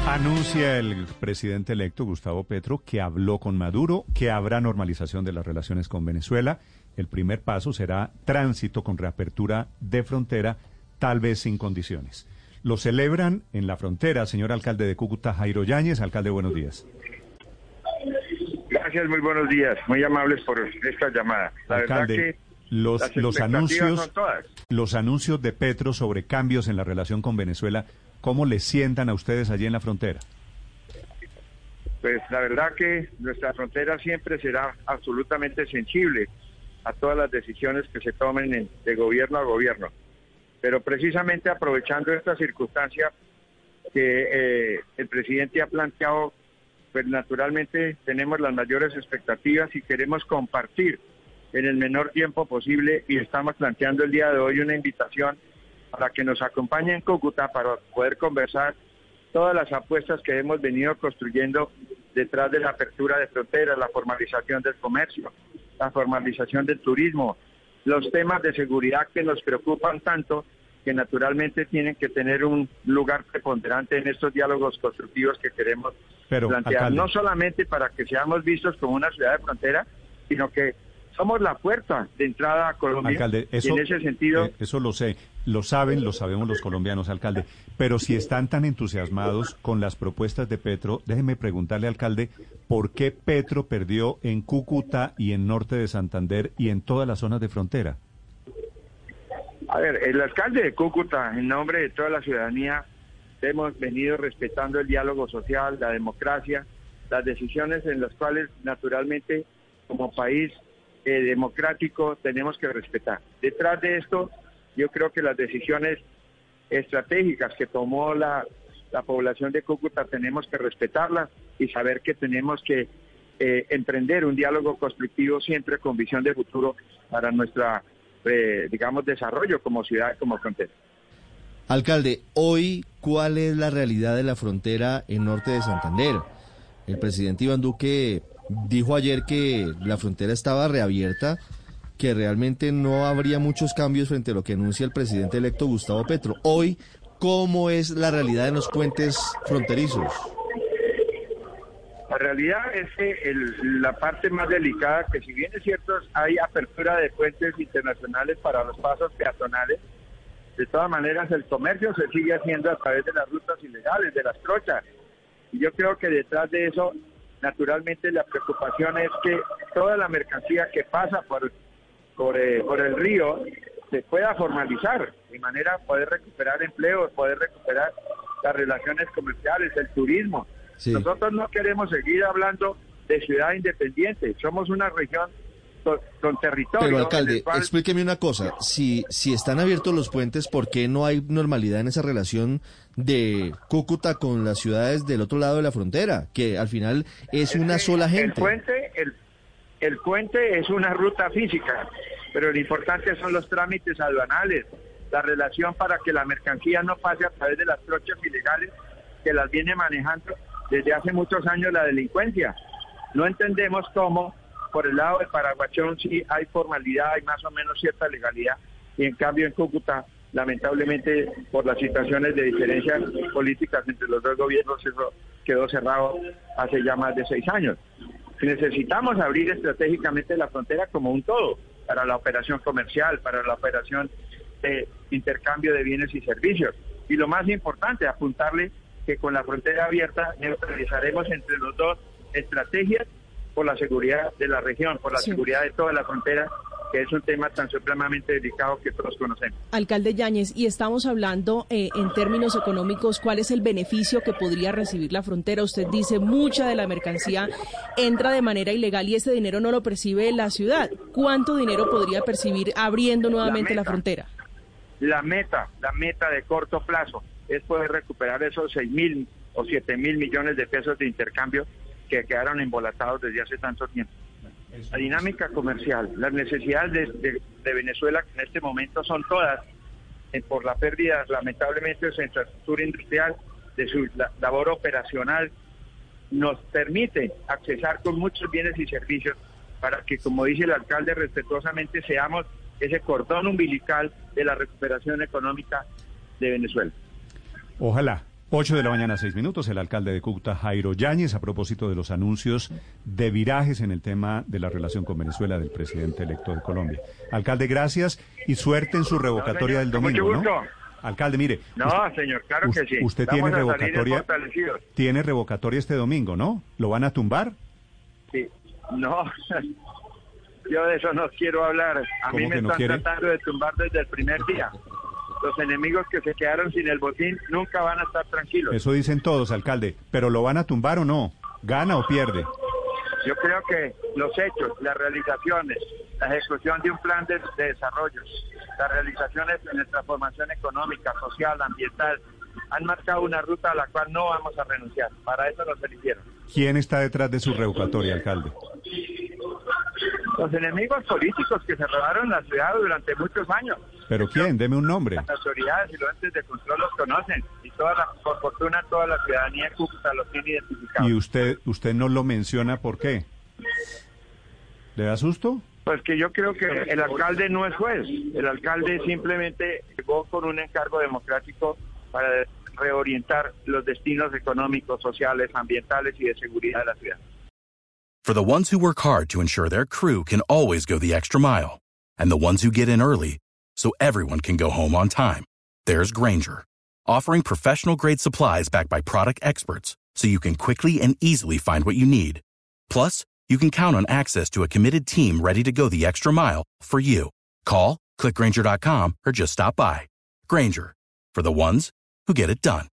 Anuncia el presidente electo Gustavo Petro que habló con Maduro, que habrá normalización de las relaciones con Venezuela. El primer paso será tránsito con reapertura de frontera, tal vez sin condiciones. Lo celebran en la frontera, señor alcalde de Cúcuta, Jairo Yáñez. Alcalde, buenos días. Gracias, muy buenos días. Muy amables por esta llamada. La Alcalde, verdad que los anuncios de Petro sobre cambios en la relación con Venezuela, ¿cómo les sientan a ustedes allí en la frontera? Pues la verdad que nuestra frontera siempre será absolutamente sensible a todas las decisiones que se tomen de gobierno a gobierno. Pero precisamente aprovechando esta circunstancia que el presidente ha planteado, pues naturalmente tenemos las mayores expectativas y queremos compartir en el menor tiempo posible, y estamos planteando el día de hoy una invitación para que nos acompañe en Cúcuta para poder conversar todas las apuestas que hemos venido construyendo detrás de la apertura de fronteras, la formalización del comercio, la formalización del turismo, los temas de seguridad que nos preocupan tanto, que naturalmente tienen que tener un lugar preponderante en estos diálogos constructivos que queremos plantear, alcalde, no solamente para que seamos vistos como una ciudad de frontera, sino que somos la puerta de entrada a Colombia. Alcalde, eso, en ese sentido... eso lo sé, lo sabemos los colombianos, alcalde, pero si están tan entusiasmados con las propuestas de Petro, déjeme preguntarle, alcalde, ¿por qué Petro perdió en Cúcuta y en norte de Santander y en todas las zonas de frontera? A ver, el alcalde de Cúcuta, en nombre de toda la ciudadanía, hemos venido respetando el diálogo social, la democracia, las decisiones en las cuales, naturalmente, como país democrático, tenemos que respetar. Detrás de esto, yo creo que las decisiones estratégicas que tomó la población de Cúcuta tenemos que respetarlas y saber que tenemos que emprender un diálogo constructivo siempre con visión de futuro para nuestra, desarrollo como ciudad, como frontera. Alcalde, hoy, ¿cuál es la realidad de la frontera en norte de Santander? El presidente Iván Duque dijo ayer que la frontera estaba reabierta, que realmente no habría muchos cambios frente a lo que anuncia el presidente electo Gustavo Petro. Hoy, ¿cómo es la realidad en los puentes fronterizos? La realidad es que la parte más delicada, que si bien es cierto hay apertura de puentes internacionales para los pasos peatonales, de todas maneras el comercio se sigue haciendo a través de las rutas ilegales, de las trochas. Y yo creo que detrás de eso, naturalmente la preocupación es que toda la mercancía que pasa por el río se pueda formalizar, de manera a poder recuperar empleo, poder recuperar las relaciones comerciales, el turismo. Sí. Nosotros no queremos seguir hablando de ciudad independiente, somos una región con territorio. Pero alcalde, explíqueme una cosa, si están abiertos los puentes, ¿por qué no hay normalidad en esa relación de Cúcuta con las ciudades del otro lado de la frontera, que al final es una sola gente? El puente es una ruta física, pero lo importante son los trámites aduanales, la relación para que la mercancía no pase a través de las trochas ilegales que las viene manejando desde hace muchos años la delincuencia. No entendemos cómo por el lado de Paraguachón sí hay formalidad, hay más o menos cierta legalidad, y en cambio en Cúcuta, lamentablemente, por las situaciones de diferencias políticas entre los dos gobiernos, eso quedó cerrado hace ya más de 6 años. Necesitamos abrir estratégicamente la frontera como un todo, para la operación comercial, para la operación de intercambio de bienes y servicios. Y lo más importante, apuntarle que con la frontera abierta neutralizaremos entre los dos estrategias por la seguridad de la región, por la seguridad de toda la frontera, que es un tema tan supremamente delicado que todos conocemos. Alcalde Yáñez, y estamos hablando en términos económicos, ¿cuál es el beneficio que podría recibir la frontera? Usted dice, mucha de la mercancía entra de manera ilegal y ese dinero no lo percibe la ciudad. ¿Cuánto dinero podría percibir abriendo nuevamente la frontera? La meta de corto plazo es poder recuperar esos 6.000 o 7.000 millones de pesos de intercambio que quedaron embolatados desde hace tanto tiempo. La dinámica comercial, las necesidades de Venezuela, que en este momento son todas, por la pérdida, lamentablemente, de su infraestructura industrial, de su labor operacional, nos permite accesar con muchos bienes y servicios para que, como dice el alcalde, respetuosamente seamos ese cordón umbilical de la recuperación económica de Venezuela. Ojalá. 8:06 a.m, el alcalde de Cúcuta, Jairo Yáñez, a propósito de los anuncios de virajes en el tema de la relación con Venezuela del presidente electo de Colombia. Alcalde, gracias y suerte en su revocatoria del domingo, mucho gusto. ¿no? Alcalde, mire. No, señor, claro que sí. Usted tiene revocatoria este domingo, ¿no? ¿Lo van a tumbar? Sí. No, yo de eso no quiero hablar. A mí me están tratando de tumbar desde el primer día. Los enemigos que se quedaron sin el botín nunca van a estar tranquilos. Eso dicen todos, alcalde. ¿Pero lo van a tumbar o no? ¿Gana o pierde? Yo creo que los hechos, las realizaciones, la ejecución de un plan de desarrollo, las realizaciones en la transformación económica, social, ambiental, han marcado una ruta a la cual no vamos a renunciar. Para eso nos eligieron. ¿Quién está detrás de su revocatoria, alcalde? Los enemigos políticos que se robaron la ciudad durante muchos años. ¿Pero quién? Deme un nombre. Las autoridades y los entes de control los conocen. Y por fortuna toda la ciudadanía de Cúcuta los tiene identificados. ¿Y usted no lo menciona por qué? ¿Le da susto? Pues que yo creo que el alcalde no es juez. El alcalde simplemente llegó con un encargo democrático para reorientar los destinos económicos, sociales, ambientales y de seguridad de la ciudad. For the ones who work hard to ensure their crew can always go the extra mile, and the ones who get in early so everyone can go home on time, there's Grainger, offering professional-grade supplies backed by product experts so you can quickly and easily find what you need. Plus, you can count on access to a committed team ready to go the extra mile for you. Call, click Grainger.com, or just stop by. Grainger, for the ones who get it done.